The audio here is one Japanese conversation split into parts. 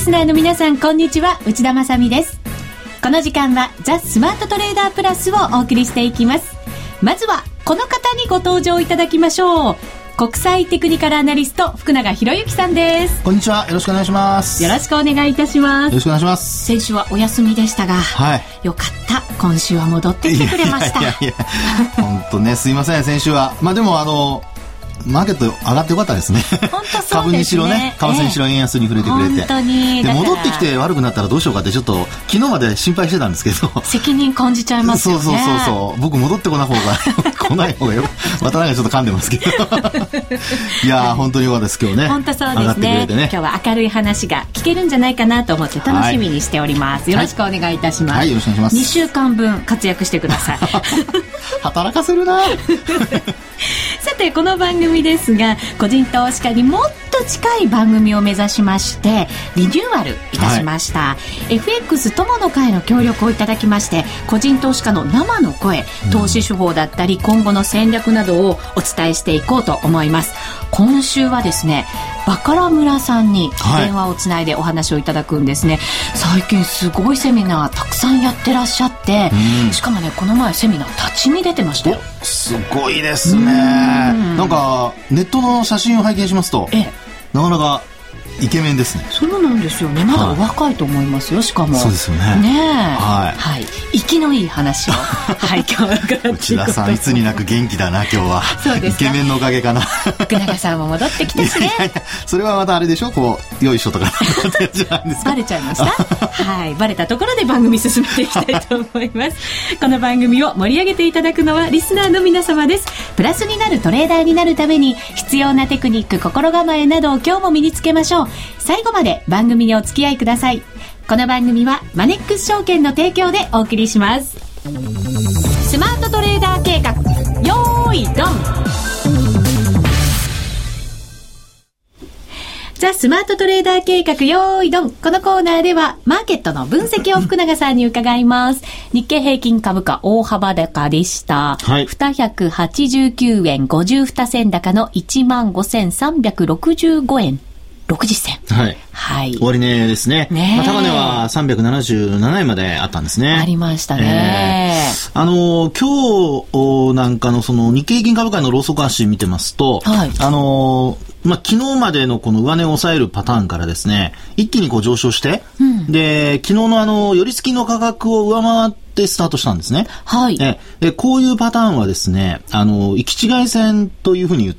スナーの皆さん、こんにちは。内田まさみです。この時間はザ・スマートトレーダープラスをお送りしていきます。まずはこの方にご登場いただきましょう。国際テクニカルアナリスト福永博之さんです。 こんにちは、よろしくお願いします。 よろしくお願いいたします。 よろしくお願いします。 先週はお休みでしたが、はい、よかった。今週は戻ってきてくれました。 本当ね、すいません、先週は。でもマーケット上がってよかったですね。 本当そうですね。 株にしろね、為替にしろ円安に触れてくれて、 本当にで戻ってきて悪くなったらどうしようかってちょっと昨日まで心配してたんですけど、 責任感じちゃいますよね。 そう僕戻ってこない方がよまたなんかちょっと噛んでますけどいやー本当によかったです。今日ね、 本当そうですね。今日は明るい話が聞けるんじゃないかなと思って楽しみにしております。よろしくお願いいたします。 はい、よろしくお願いします。 2週間分活躍してください働かせるなさて、この番組ですが、個人投資家にもっと近い番組を目指しましてリニューアルいたしました、FX 友の会の協力をいただきまして、個人投資家の生の声、投資手法だったり今後の戦略などをお伝えしていこうと思います。今週はですね、バカラ村さんに電話をつないでお話をいただくんですね。最近すごいセミナーたくさんやってらっしゃって、しかもね、この前セミナー立ち見出てましたよ。 すごいですね。なんかネットの写真を拝見しますと、なかなかイケメンですね。 そうなんですよね。まだお若いと思いますよ。しかもそうですよね。 はい。息のいい話をはい、今日から内田さんいつになく元気だな今日は。 そうですか。 イケメンのおかげかな。 福永さんも戻ってきたしね。 いやそれはまたあれでしょ、こうよいしょとかじゃないですか。 バレちゃいましたはい、バレたところで番組進めていきたいと思いますこの番組を盛り上げていただくのはリスナーの皆様です。プラスになるトレーダーになるために必要なテクニック、心構えなどを今日も身につけましょう。最後まで番組にお付き合いください。この番組はマネックス証券の提供でお送りします。スマートトレーダー計画、よーいドン。ザ・スマートトレーダー計画、よーいドン。このコーナーではマーケットの分析を福永さんに伺います。日経平均株価大幅高でした、289円52銭高の 15,365 円60銭。 終値ですね。高値は377円まであったんですね。 ありましたね。 今日なんかのその日経平均株価のローソク足見てますと、昨日までのこの上値を抑えるパターンからですね、一気にこう上昇して、で昨日の寄り付きの価格を上回ってスタートしたんですね。こういうパターンはですね、行き違い線というふうに言って、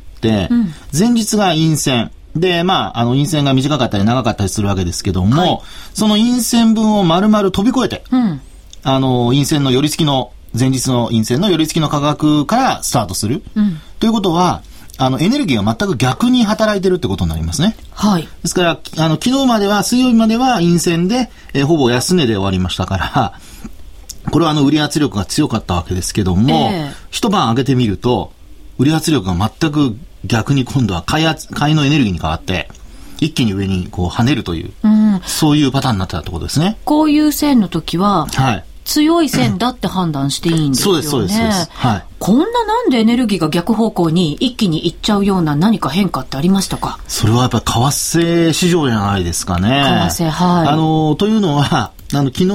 前日が陰線で、陰線が短かったり長かったりするわけですけども、その陰線分を丸々飛び越えて、陰線の寄り付きの、前日の陰線の寄り付きの価格からスタートする。ということは、エネルギーが全く逆に働いてるってことになりますね。ですから、昨日までは、水曜日までは陰線で、ほぼ安値で終わりましたから、これは売り圧力が強かったわけですけども、一晩上げてみると、売り圧力が全く逆に今度は買いのエネルギーに変わって一気に上にこう跳ねるという、そういうパターンになってたってことですね。 こういう線の時は、強い線だって判断していいんですよね。 そうです。 こんなんでエネルギーが逆方向に一気にいっちゃうような何か変化ってありましたか？ それはやっぱり為替市場じゃないですかね。 為替、 というのは昨日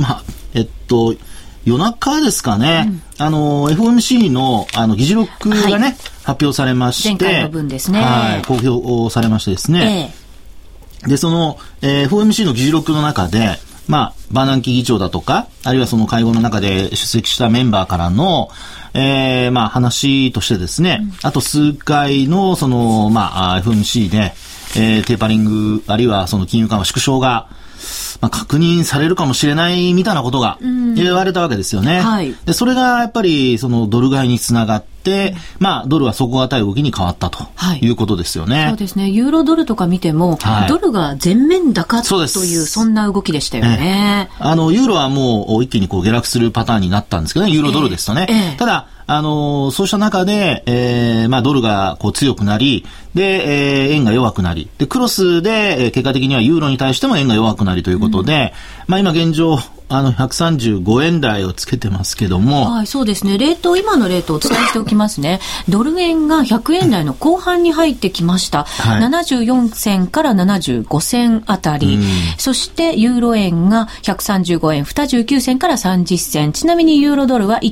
夜中ですかね、FOMC の議事録がね、発表されまして、 前回の分ですね。 公表されましてですね。で、その、FOMC の議事録の中で、バーナンキ議長だとか、あるいはその会合の中で出席したメンバーからの、話としてですね、あと数回のその、FOMC で、テーパリング、あるいはその金融緩和縮小が、確認されるかもしれないみたいなことが言われたわけですよね。で、それがやっぱりそのドル買いにつながって、ドルは底堅い動きに変わったということですよね。 そうですね。ユーロドルとか見ても、ドルが全面高というそんな動きでしたよね。 ユーロはもう一気にこう下落するパターンになったんですけどね、ユーロドルですとね。ただそうした中で、ドルがこう強くなり、で、円が弱くなり、で、クロスで、結果的にはユーロに対しても円が弱くなりということで、今現状、 135円台をつけてますけども。 はい、そうですね。今のレートをお伝えしておきますね。ドル円が100円台の後半に入ってきました。はい、74銭から75銭あたり。そしてユーロ円が135円29銭から30銭。ちなみにユーロドルは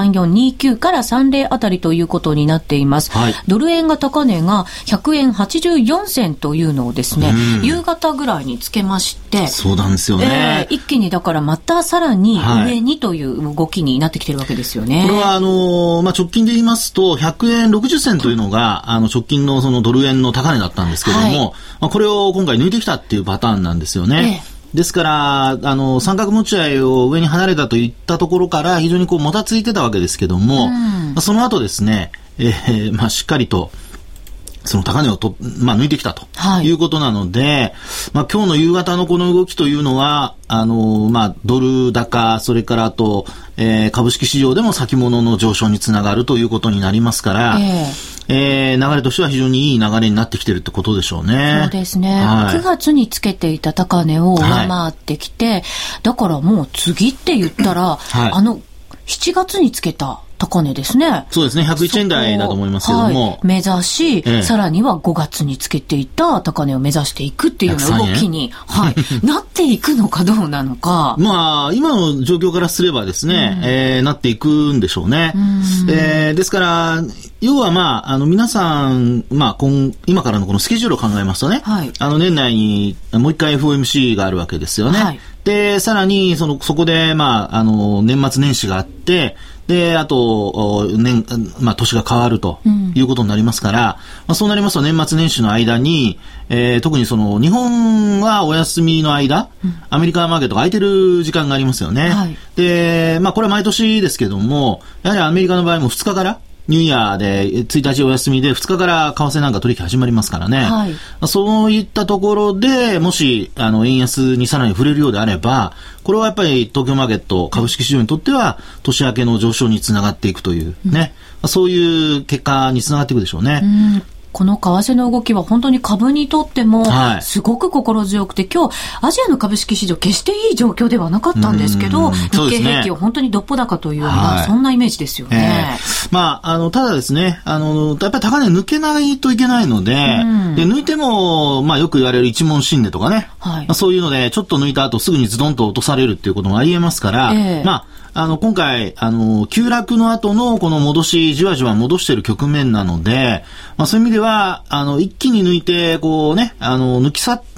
1.3429 から30あたりということになっています。はい、ドル円が高値が100円84銭というのをですね、夕方ぐらいにつけまして、 そうなんですよね。 一気にだからまたさらに上にという動きになってきてるわけですよね。 これは直近で言いますと100円60銭というのが直近のそのドル円の高値だったんですけども、これを今回抜いてきたっていうパターンなんですよね。ですから三角持ち合いを上に離れたといったところから非常にこうもたついてたわけですけども、その後ですね、しっかりとその高値を抜いてきたということなので、今日の夕方のこの動きというのは、ドル高、それからあと、株式市場でも先物の上昇につながるということになりますから、流れとしては非常にいい流れになってきてるってことでしょうね。 そうですね。9月につけていた高値を上回ってきて、だからもう次って言ったら、7月につけた高値ですね。 そうですね。101円台だと思いますけども。 目指し、さらには5月につけていた高値を目指していくっていうような動きに、なっていくのかどうなのか。 今の状況からすればですね、なっていくんでしょうね。ですから、要は皆さん、今からのこのスケジュールを考えますとね、年内にもう一回 FOMC があるわけですよね。で、さらに、そこで、年末年始があって、で、あと、年が変わるということになりますから、そうなりますと年末年始の間に、特に日本はお休みの間、アメリカマーケットが空いてる時間がありますよね。で、これは毎年ですけども、やはりアメリカの場合も2日から、ニューイヤーで1日お休みで2日から為替なんか取引始まりますからね。そういったところでもし円安にさらに触れるようであれば、これはやっぱり東京マーケット株式市場にとっては年明けの上昇につながっていくというね、そういう結果につながっていくでしょうね。 この為替の動きは本当に株にとってもすごく心強くて、今日アジアの株式市場決していい状況ではなかったんですけど、日経平均は本当にどっぽ高というような、そんなイメージですよね。 ただですね、やっぱり高値抜けないといけないので、で抜いても、よく言われる一問新値とかね、そういうのでちょっと抜いた後すぐにズドンと落とされるっていうこともありえますから、今回、急落の後のこの戻し、じわじわ戻している局面なので、そういう意味では、一気に抜いて、抜き去って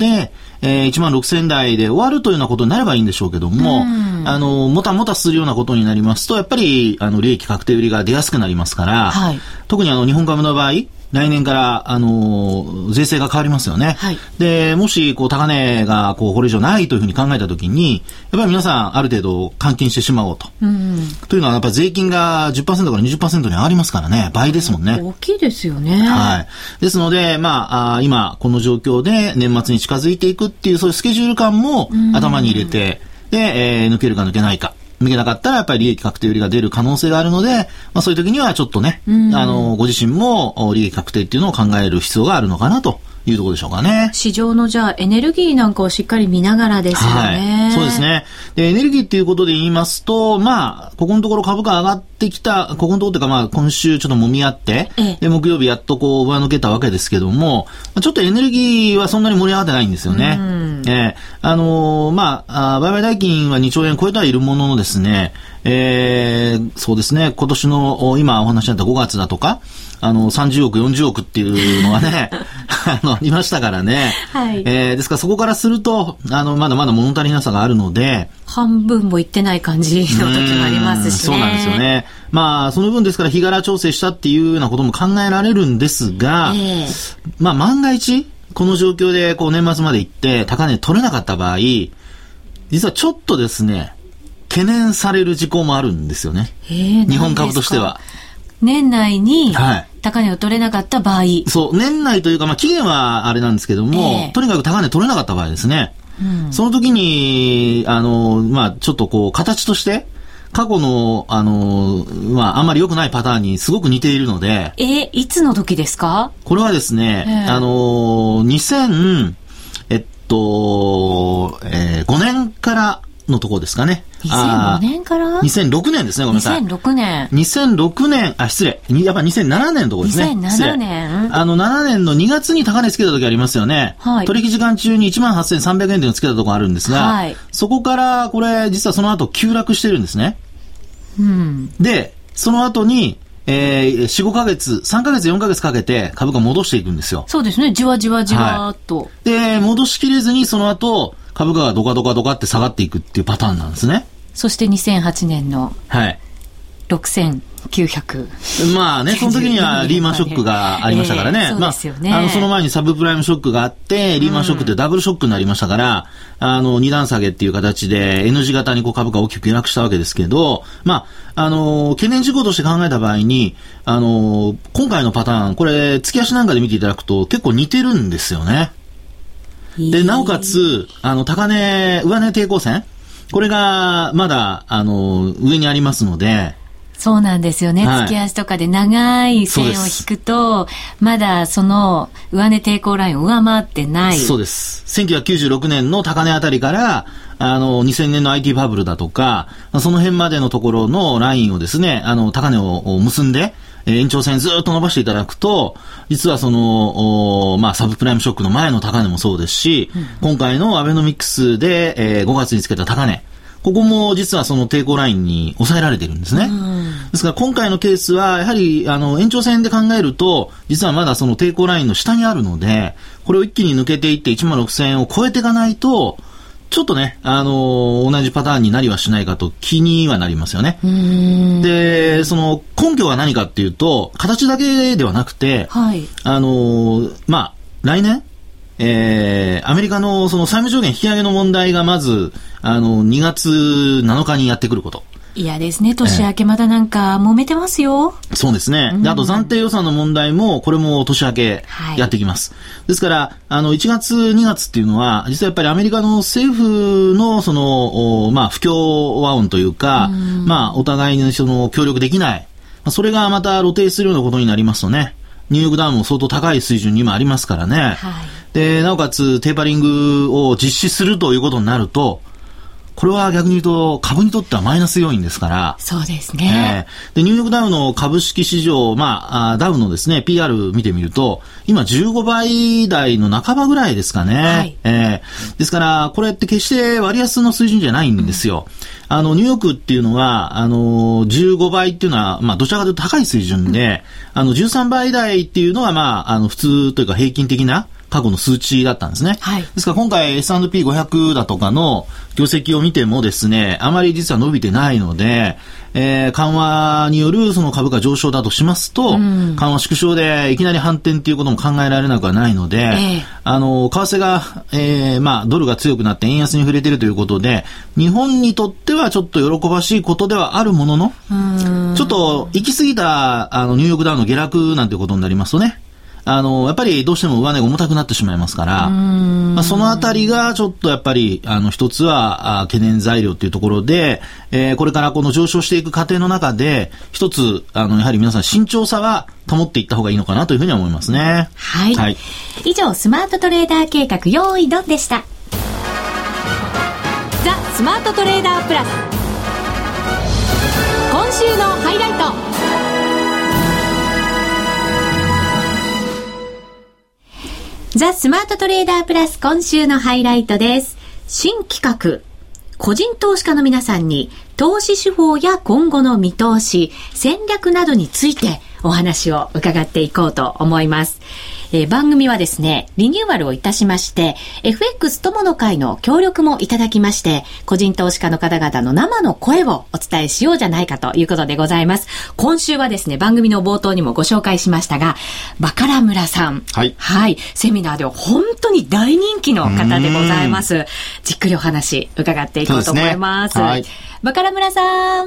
、16,000台で終わるというようなことになればいいんでしょうけども、もたもたするようなことになりますと、やっぱり、利益確定売りが出やすくなりますから、特に日本株の場合、来年から、税制が変わりますよね。で、もし、高値が、これ以上ないというふうに考えたときに、やっぱり皆さん、ある程度換金してしまおうと。というのは、やっぱり税金が 10% から 20% に上がりますからね。倍ですもんね。 大きいですよね。 ですので、今、この状況で年末に近づいていくっていう、そういうスケジュール感も頭に入れて、で、抜けるか抜けないか。抜けなかったらやっぱり利益確定売りが出る可能性があるので、そういう時にはちょっとね、ご自身も利益確定っていうのを考える必要があるのかなというところでしょうかね。 市場のじゃあエネルギーなんかをしっかり見ながらですよね。 そうですね。で、エネルギーっていうことで言いますと、ここのところ株価上がってきた、ここのところっていうか今週ちょっと揉み合って、で、木曜日やっと上抜けたわけですけども、ちょっとエネルギーはそんなに盛り上がってないんですよね。売買代金は2兆円超えてはいるもののですね、そうですね、今年の今お話になった5月だとか、30億、40億っていうのがね、ありましたからね。ですからそこからすると、まだまだ物足りなさがあるので、 半分もいってない感じの時もありますしね。 そうなんですよね。その分ですから日柄調整したっていうようなことも考えられるんですが、万が一、この状況で年末まで行って高値取れなかった場合、実はちょっとですね、懸念される事項もあるんですよね。日本株としては。 年内に高値を取れなかった場合。 そう、年内というか、期限はあれなんですけども、とにかく高値取れなかった場合ですね。その時に、ちょっと形として、過去の、あんまり良くないパターンにすごく似ているので。 いつの時ですか？ これはですね、5年からのところですかね。 2005年から 2006年ですね、ごめんなさい。2006年、失礼。やっぱ2007年のところですね。 2007年 7年の2月に高値つけた時ありますよね。はい。取引時間中に 18,300 円というのをつけたところあるんですが、はい。そこから、これ、実はその後急落してるんですね。うん。で、その後に、4、5ヶ月、3ヶ月、4ヶ月かけて株価戻していくんですよ。 そうですね。じわじわじわーっと、はい。 で、戻しきれずにその後、株価がドカドカドカって下がっていくっていうパターンなんですね。 そして2008年の、はい。6900。 まあね、その時にはリーマンショックがありましたからね。 そうですよね。 まあ、その前にサブプライムショックがあって、リーマンショックってダブルショックになりましたから、二段下げっていう形で N 字型にこう株価大きく下落したわけですけど、まあ、懸念事項として考えた場合に、今回のパターン、これ、月足なんかで見ていただくと結構似てるんですよね。で、なおかつ、上値抵抗線これが、まだ、上にありますので、 そうなんですよね。はい、月足とかで長い線を引くと、まだその上値抵抗ラインを上回ってない。 そうです。1996年の高値あたりから、2000年の IT バブルだとか、その辺までのところのラインをですね、高値を結んで、延長線ずっと伸ばしていただくと、実はその、サブプライムショックの前の高値もそうですし、今回のアベノミクスで、5月につけた高値、ここも実はその抵抗ラインに抑えられているんですね。ですから今回のケースはやはり延長線で考えると実はまだその抵抗ラインの下にあるので、これを一気に抜けていって 16,000 円を超えていかないとちょっとね、同じパターンになりはしないかと気にはなりますよね。で、その根拠は何かっていうと、形だけではなくて、はい、来年アメリカのその債務上限引き上げの問題がまず、2月7日にやってくること。 嫌ですね。年明けまだなんか揉めてますよ。 そうですね。で、あと暫定予算の問題も、これも年明けやってきます。はい、ですから、1月、2月っていうのは、実はやっぱりアメリカの政府のその、不協和音というか、お互いにその協力できない。それがまた露呈するようなことになりますとね、ニューヨークダウも相当高い水準に今ありますからね。はい、で、なおかつテーパリングを実施するということになると、これは逆に言うと株にとってはマイナス要因ですから。 そうですね。 で、ニューヨークダウの株式市場、ダウのですね、PR 見てみると、今15倍台の半ばぐらいですかね。はい、ですから、これって決して割安の水準じゃないんですよ。ニューヨークっていうのは、15倍っていうのは、どちらかというと高い水準で、13倍台っていうのは、普通というか平均的な過去の数値だったんですね。はい、ですから今回 S&P500 だとかの業績を見てもですね、あまり実は伸びてないので、緩和によるその株価上昇だとしますと、緩和縮小でいきなり反転っていうことも考えられなくはないので、為替が、ドルが強くなって円安に触れているということで、日本にとってはちょっと喜ばしいことではあるものの、ちょっと行き過ぎたニューヨークダウンの下落なんていうことになりますとね、やっぱりどうしても上値が重たくなってしまいますから、そのあたりがちょっとやっぱり一つは懸念材料というところで、これからこの上昇していく過程の中で一つやはり皆さん慎重さは保っていった方がいいのかなというふうには思いますね。 はい。はい、以上スマートトレーダー計画用意ドンでした。ザ・スマートトレーダープラス、今週のハイライト。ザ・スマートトレーダープラス、今週のハイライトです。新企画、個人投資家の皆さんに投資手法や今後の見通し、戦略などについてお話を伺っていこうと思います。番組はですね、リニューアルをいたしまして、FX 友の会の協力もいただきまして、個人投資家の方々の生の声をお伝えしようじゃないかということでございます。今週はですね、番組の冒頭にもご紹介しましたが、バカラ村さん。はい。はい。セミナーでは本当に大人気の方でございます。じっくりお話伺っていこうと思います。はい。バカラ村さん。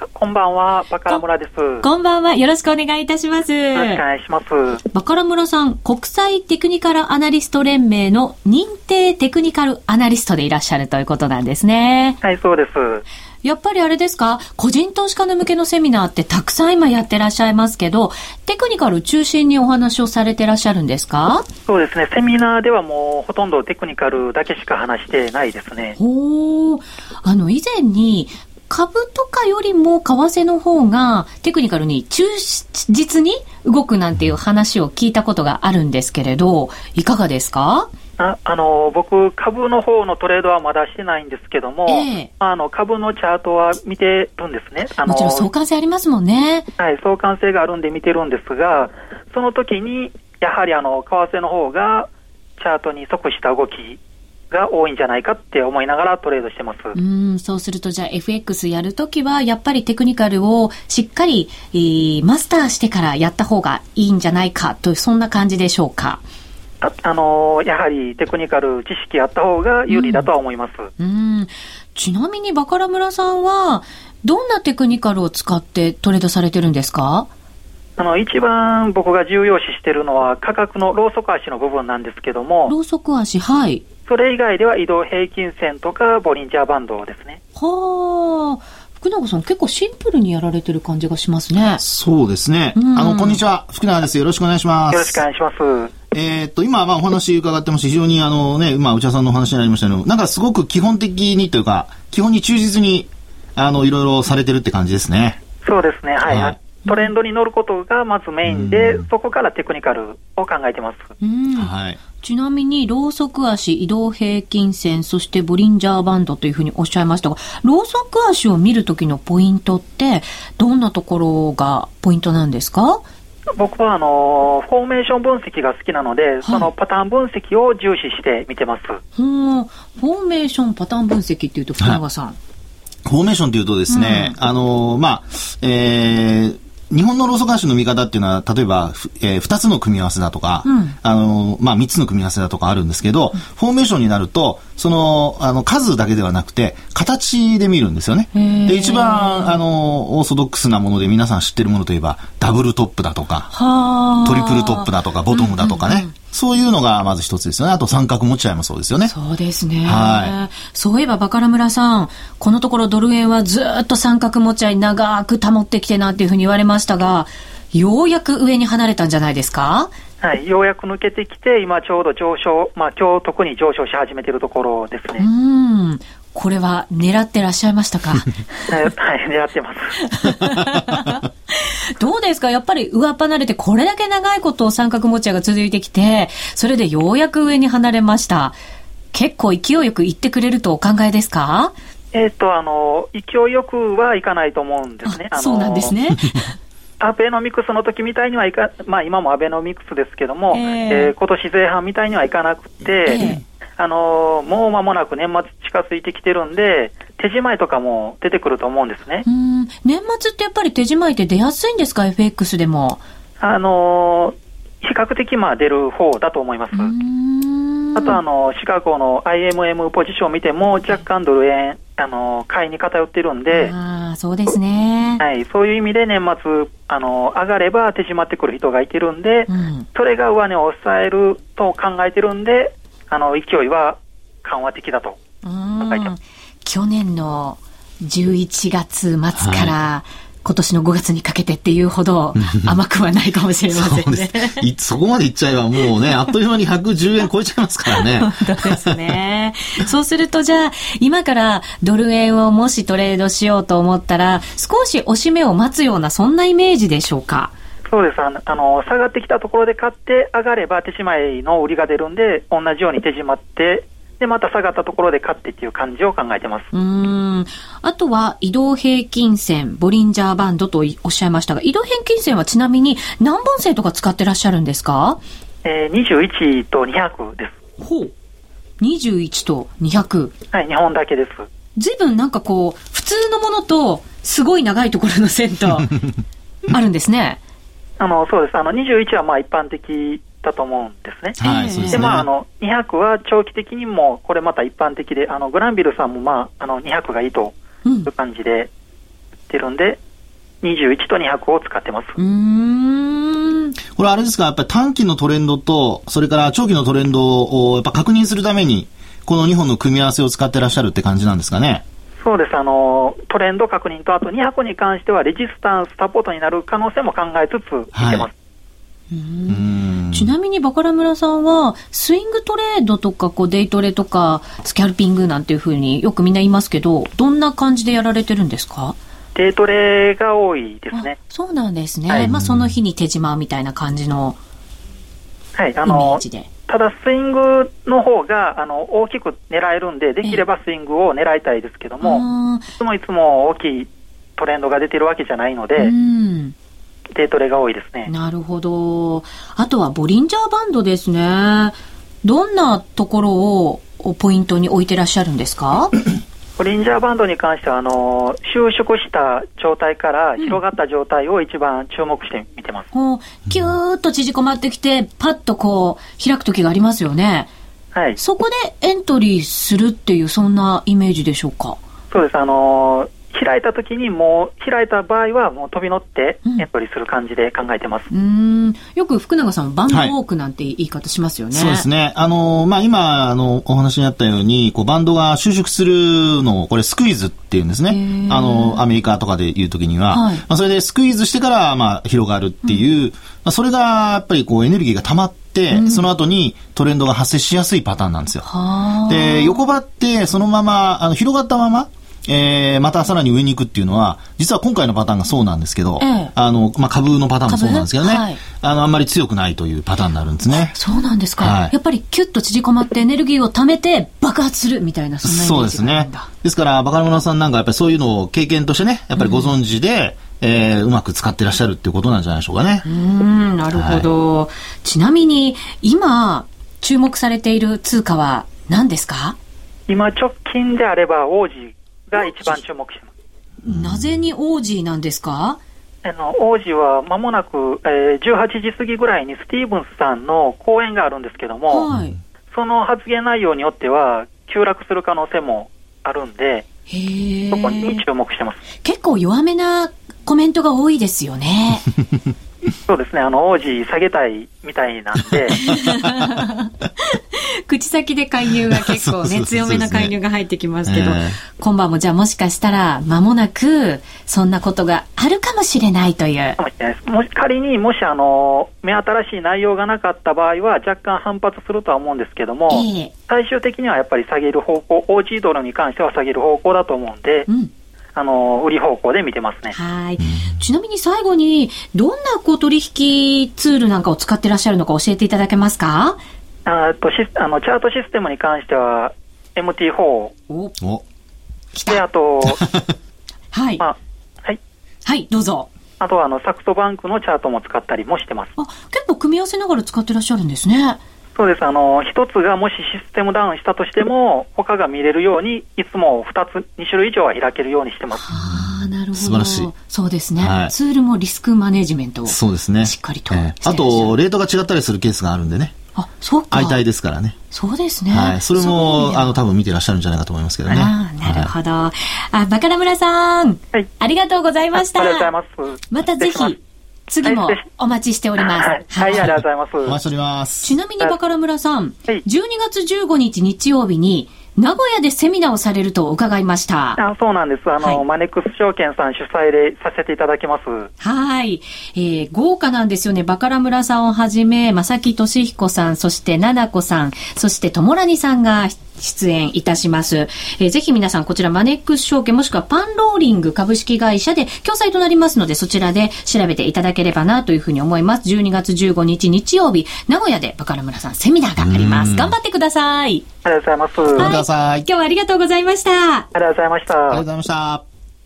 こんばんは、バカラ村です。 こんばんは、よろしくお願いいたします。 よろしくお願いします。 バカラ村さん、国際テクニカルアナリスト連盟の認定テクニカルアナリストでいらっしゃるということなんですね。 はい、そうです。 やっぱりあれですか、個人投資家の向けのセミナーってたくさん今やってらっしゃいますけど、テクニカル中心にお話をされてらっしゃるんですか？ そうですね、セミナーではもうほとんどテクニカルだけしか話してないですね。 ほー、以前に株とかよりも為替の方がテクニカルに忠実に動くなんていう話を聞いたことがあるんですけれど、いかがですか？ 僕、株の方のトレードはまだしてないんですけども、株のチャートは見てるんですね。 もちろん相関性ありますもんね。 はい、相関性があるんで見てるんですが、その時に、やはり為替の方がチャートに即した動きが多いんじゃないかって思いながらトレードしてます。 そうすると、じゃあ FX やるときはやっぱりテクニカルをしっかり、マスターしてからやった方がいいんじゃないかという、そんな感じでしょうか？ やはりテクニカル知識あった方が有利だとは思います。 ちなみにバカラ村さんはどんなテクニカルを使ってトレードされてるんですか？ 一番僕が重要視しているのは価格のローソク足の部分なんですけども、 ローソク足、はい。 それ以外では移動平均線とかボリンジャーバンドですね。 はあ、福永さん結構シンプルにやられてる感じがしますね。 そうですね。こんにちは、福永です。よろしくお願いします。 よろしくお願いします。 今お話伺ってまして、非常に今内田さんのお話になりましたけど、なんかすごく基本的にというか、基本に忠実にいろいろされてるって感じですね。 そうですね。はい。トレンドに乗ることがまずメインで、そこからテクニカルを考えてます。 はい。ちなみにローソク足、移動平均線、そしてボリンジャーバンドというふうにおっしゃいましたが、ローソク足を見るときのポイントってどんなところがポイントなんですか？ 僕はフォーメーション分析が好きなので、そのパターン分析を重視して見てます。 フォーメーションパターン分析っていうと福永さん、 フォーメーションというとですね、日本のローソク足の見方っていうのは、例えば、2つの組み合わせだとか、3つの組み合わせだとかあるんですけど、フォーメーションになると、数だけではなくて、形で見るんですよね。で、一番、オーソドックスなもので皆さん知ってるものといえば、ダブルトップだとか、トリプルトップだとか、ボトムだとかね。そういうのがまず一つですよね。あと三角持ち合いもそうですよね。 そうですね。はい。そういえばバカラ村さん、このところドル円はずっと三角持ち合い長く保ってきてなっていうふうに言われましたが、ようやく上に離れたんじゃないですか？ はい。ようやく抜けてきて、今ちょうど上昇、今日特に上昇し始めているところですね。 これは狙ってらっしゃいましたか？ はい、狙ってます。 どうですか？やっぱり上っ離れてこれだけ長いこと三角持ち合いが続いてきて、それでようやく上に離れました。結構勢いよくいってくれるとお考えですか？ 勢いよくはいかないと思うんですね。 そうなんですね。 アベノミクスの時みたいにはいか、今もアベノミクスですけども、今年前半みたいにはいかなくて、もう間もなく年末近づいてきてるんで、手仕舞いとかも出てくると思うんですね。 年末ってやっぱり手仕舞いって出やすいんですか？ FX でも。 比較的出る方だと思います。あとシカゴの IMM ポジションを見ても若干ドル円買いに偏ってるんで、 そうですね。 はい、そういう意味で年末上がれば手締まってくる人がいてるんで、それが上値を抑えると考えてるんで、勢いは緩和的だと考えてます。 去年の11月末から今年の5月にかけてっていうほど甘くはないかもしれませんね。 そこまでいっちゃえばもうね、あっという間に110円超えちゃいますからね。 本当ですね。そうするとじゃあ、今からドル円をもしトレードしようと思ったら、少し押し目を待つような、そんなイメージでしょうか？ そうです。下がってきたところで買って上がれば手締まいの売りが出るんで、同じように手締まって、でまた下がったところで買ってっていう感じを考えてます。 あとは移動平均線、ボリンジャーバンドとおっしゃいましたが、移動平均線はちなみに何本線とか使ってらっしゃるんですか ？21と200です。 ほう。21と200。 はい、2本だけです。 随分なんかこう、普通のものとすごい長いところの線とあるんですね。 そうです。21は一般的だと思うんですね。 はい、そうですね。 で、200は長期的にもこれまた一般的で、グランビルさんも200がいいという感じで言っってるんで、21と200を使ってます。 これあれですか、やっぱり短期のトレンドと、それから長期のトレンドをやっぱ確認するために、この2本の組み合わせを使ってらっしゃるって感じなんですかね。 そうです。トレンド確認と、あと200に関しては、レジスタンスサポートになる可能性も考えつつ見てます。 ちなみにバカラ村さんはスイングトレードとかデイトレとかスキャルピングなんていうふうによくみんな言いますけど、どんな感じでやられてるんですか？ デイトレが多いですね。 そうなんですね。はい、その日に手締まうみたいな感じのイメージで。 ただスイングの方が大きく狙えるんで、できればスイングを狙いたいですけども、いつも大きいトレンドが出てるわけじゃないので、デイトレが多いですね。 なるほど。あとはボリンジャーバンドですね。どんなところをポイントに置いてらっしゃるんですか？ ボリンジャーバンドに関しては収縮した状態から広がった状態を一番注目して見てます。 キューッと縮こまってきてパッと開く時がありますよね。 はい。 そこでエントリーするっていうそんなイメージでしょうか？ そうです。開いた時に開いた場合はもう飛び乗ってエントリーする感じで考えてます。 よく福永さんバンドウォークなんて言い方しますよね。 そうですね。今お話にあったようにバンドが収縮するのをこれスクイズっていうんですね。アメリカとかで言う時には、それでスクイズしてから広がるっていう、それがやっぱりエネルギーが溜まってその後にトレンドが発生しやすいパターンなんですよ。で、横ばってそのまま広がったまままたさらに上に行くっていうのは実は今回のパターンがそうなんですけど、株のパターンもそうなんですけどね、あんまり強くないというパターンになるんですね。 そうなんですか、やっぱりキュッと縮こまってエネルギーを溜めて爆発するみたいな、そんなイメージがあるんだ。そうですね。 ですからバカラ村さんなんかやっぱりそういうのを経験としてね、やっぱりご存知で、うまく使ってらっしゃるっていうことなんじゃないでしょうかね。 なるほど、ちなみに今注目されている通貨は何ですか？ 今直近であればオージーが一番注目してます。 なぜにオージーなんですか？ オージーは間もなく、18時過ぎぐらいにスティーブンスさんの講演があるんですけども、その発言内容によっては急落する可能性もあるんで、そこに注目してます。 結構弱めなコメントが多いですよね。 そうですね。オージー下げたいみたいなんで口先で介入が結構ね強めな介入が入ってきますけど、今晩もじゃあもしかしたら間もなくそんなことがあるかもしれないという。 かもしれないです。仮に目新しい内容がなかった場合は若干反発するとは思うんですけども、最終的にはやっぱり下げる方向、オージードルに関しては下げる方向だと思うんで、売り方向で見てますね。 はい。ちなみに最後にどんな取引ツールなんかを使ってらっしゃるのか教えていただけますか？ チャートシステムに関しては MT4 で、あとはい、はい、どうぞ。 あとはサクソバンクのチャートも使ったりもしてます。 結構組み合わせながら使ってらっしゃるんですね。 そうです。一つがもしシステムダウンしたとしても他が見れるようにいつも2種類以上は開けるようにしてます。 なるほど。 素晴らしい。 そうですね、ツールもリスクマネジメントをしっかりと、 あとレートが違ったりするケースがあるんでね。 そうか。 相対ですからね。 そうですね。 それも多分見てらっしゃるんじゃないかと思いますけどね。 なるほど。バカラ村さん、ありがとうございました。 ありがとうございます。 またぜひ次もお待ちしております。 はい、ありがとうございます。 お待ちしております。 ちなみにバカラ村さん、12月15日日曜日に名古屋でセミナーをされると伺いました。 そうなんです。マネックス証券さん主催でさせていただきます。 はい。豪華なんですよね。バカラ村さんをはじめ、正木俊彦さん、そして奈々子さん、そしてともらにさんが出演いたします。ぜひ皆さんこちらマネックス証券もしくはパンローリング株式会社で共催となりますので、そちらで調べていただければなというふうに思います。12月15日日曜日、名古屋でバカラ村さんセミナーがあります。頑張ってください。 ありがとうございます。 頑張ってください。 今日はありがとうございました。 ありがとうございました。 ありがとうございました。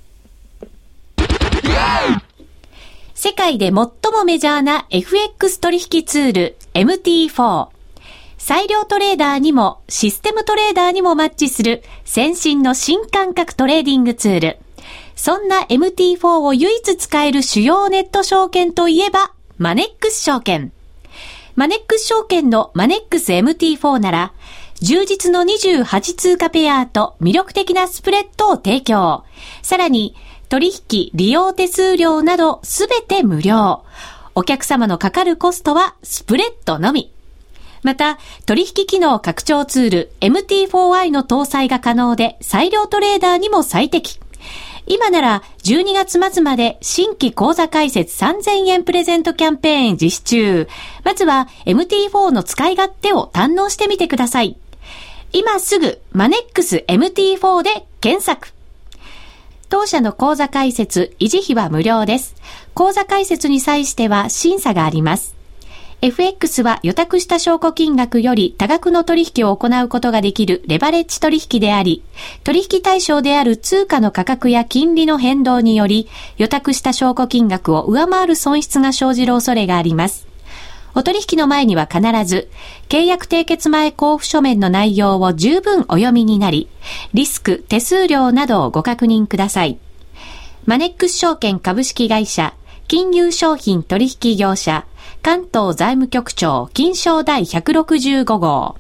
世界で最もメジャーな FX 取引ツール MT4。裁量トレーダーにもシステムトレーダーにもマッチする先進の新感覚トレーディングツール。そんな MT4 を唯一使える主要ネット証券といえばマネックス証券。マネックス証券のマネックス MT4 なら充実の28通貨ペアと魅力的なスプレッドを提供。さらに取引利用手数料などすべて無料。お客様のかかるコストはスプレッドのみ。また、取引機能拡張ツール MT4i の搭載が可能で、裁量トレーダーにも最適。今なら12月末まで新規口座開設3000円プレゼントキャンペーン実施中。まずは MT4 の使い勝手を堪能してみてください。今すぐマネックス MT4 で検索。当社の口座開設、維持費は無料です。口座開設に際しては審査があります。FX は予託した証拠金額より多額の取引を行うことができるレバレッジ取引であり、取引対象である通貨の価格や金利の変動により、予託した証拠金額を上回る損失が生じる恐れがあります。お取引の前には必ず、契約締結前交付書面の内容を十分お読みになり、リスク、手数料などをご確認ください。マネックス証券株式会社、金融商品取引業者、関東財務局長金商第165号。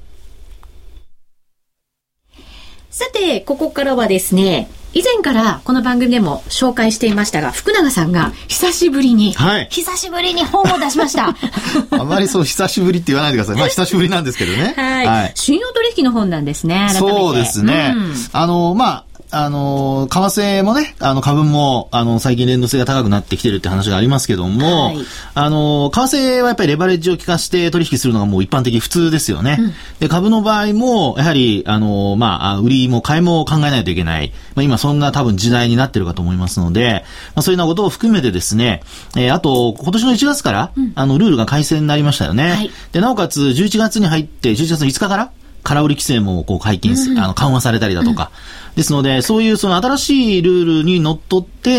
さて、ここからはですね、以前からこの番組でも紹介していましたが、福永さんが久しぶりに本を出しました。 あまりそう久しぶりって言わないでください。まあ久しぶりなんですけどね。 はい。信用取引の本なんですね。改めて。 そうですね。為替もね、株も、最近連動性が高くなってきてるって話がありますけども、はい、為替はやっぱりレバレッジを効かして取引するのがもう一般的普通ですよね。で、株の場合も、やはり、売りも買いも考えないといけない。今そんな多分時代になってるかと思いますので、そういうようなことを含めてですね、あと、今年の1月から、ルールが改正になりましたよね。はい、で、なおかつ、11月に入って、11月の5日から、空売り規制も解禁緩和されたりだとか。ですので、そういうその新しいルールにのっとって、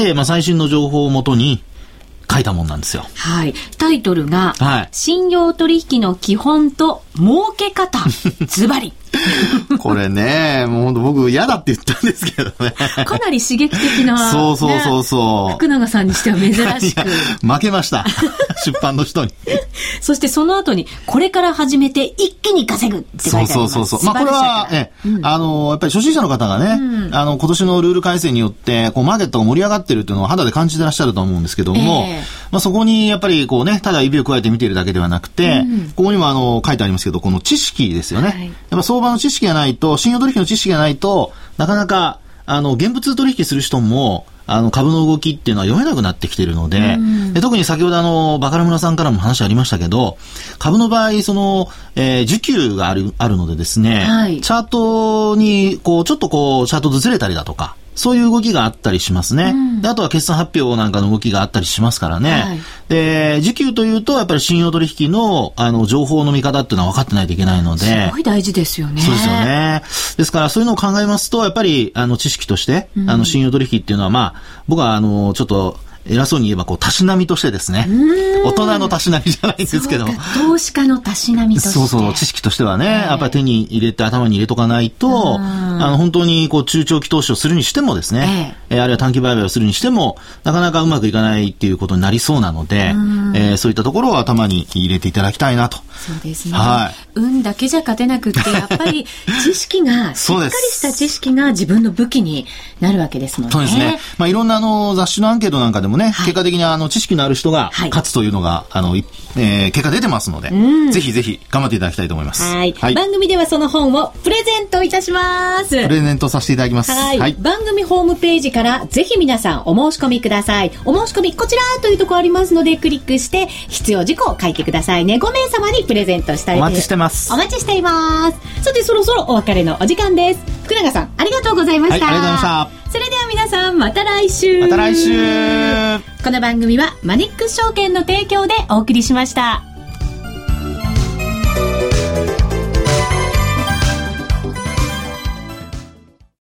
最新の情報をもとに書いたもんなんですよ。 はい。タイトルが、信用取引の基本と儲け方、ズバリ。 これね、もう本当僕嫌だって言ったんですけどね。 かなり刺激的な、 そう。 福永さんにしては珍しく。 負けました。出版の人に。 そしてその後に、これから始めて一気に稼ぐって書いてあります。 そう。これは、やっぱり初心者の方がね、今年のルール改正によって、マーケットが盛り上がってるっていうのを肌で感じてらっしゃると思うんですけども、そこにやっぱりただ指を加えて見ているだけではなくて、ここにも書いてありますけど、この知識ですよね。はい、やっぱ相場の知識がないと、信用取引の知識がないと、なかなか、現物取引する人も、株の動きっていうのは読めなくなってきているので、特に先ほどバカラ村さんからも話ありましたけど、株の場合、需給があるのでですね、はい、チャートに、ちょっとチャートとずれたりだとか、そういう動きがあったりしますね。で、あとは決算発表なんかの動きがあったりしますからね。はい、で、需給というと、やっぱり信用取引の、情報の見方っていうのは分かってないといけないので。 すごい大事ですよね。 そうですよね。ですから、そういうのを考えますと、やっぱり、知識として、信用取引っていうのは、僕は、ちょっと、偉そうに言えばたしなみとしてですね、大人のたしなみじゃないんですけども、 投資家のたしなみとして、 知識としてはね、やっぱり手に入れて頭に入れとかないと、本当に中長期投資をするにしてもですね、あるいは短期売買をするにしてもなかなかうまくいかないっていうことになりそうなので、そういったところを頭に入れていただきたいなと。 そうですね。はい。運だけじゃ勝てなくって、やっぱり知識がしっかりした知識が自分の武器になるわけですもんね。 そうですね。いろんな雑誌のアンケートなんかでもね、結果的に知識のある人が勝つというのが、結果出てますので、ぜひぜひ頑張っていただきたいと思います。 はい。番組ではその本をプレゼントいたします。 プレゼントさせていただきます。 はい。番組ホームページからぜひ皆さんお申し込みください。お申し込みこちらというところありますので、クリックして必要事項を書いてくださいね。5名様にプレゼントしたいと思います。 お待ちしてます。 お待ちしています。さて、そろそろお別れのお時間です。福永さん、ありがとうございました。 はい、ありがとうございました。 それでは皆さん、また来週。 また来週。 この番組はマネックス証券の提供でお送りしました。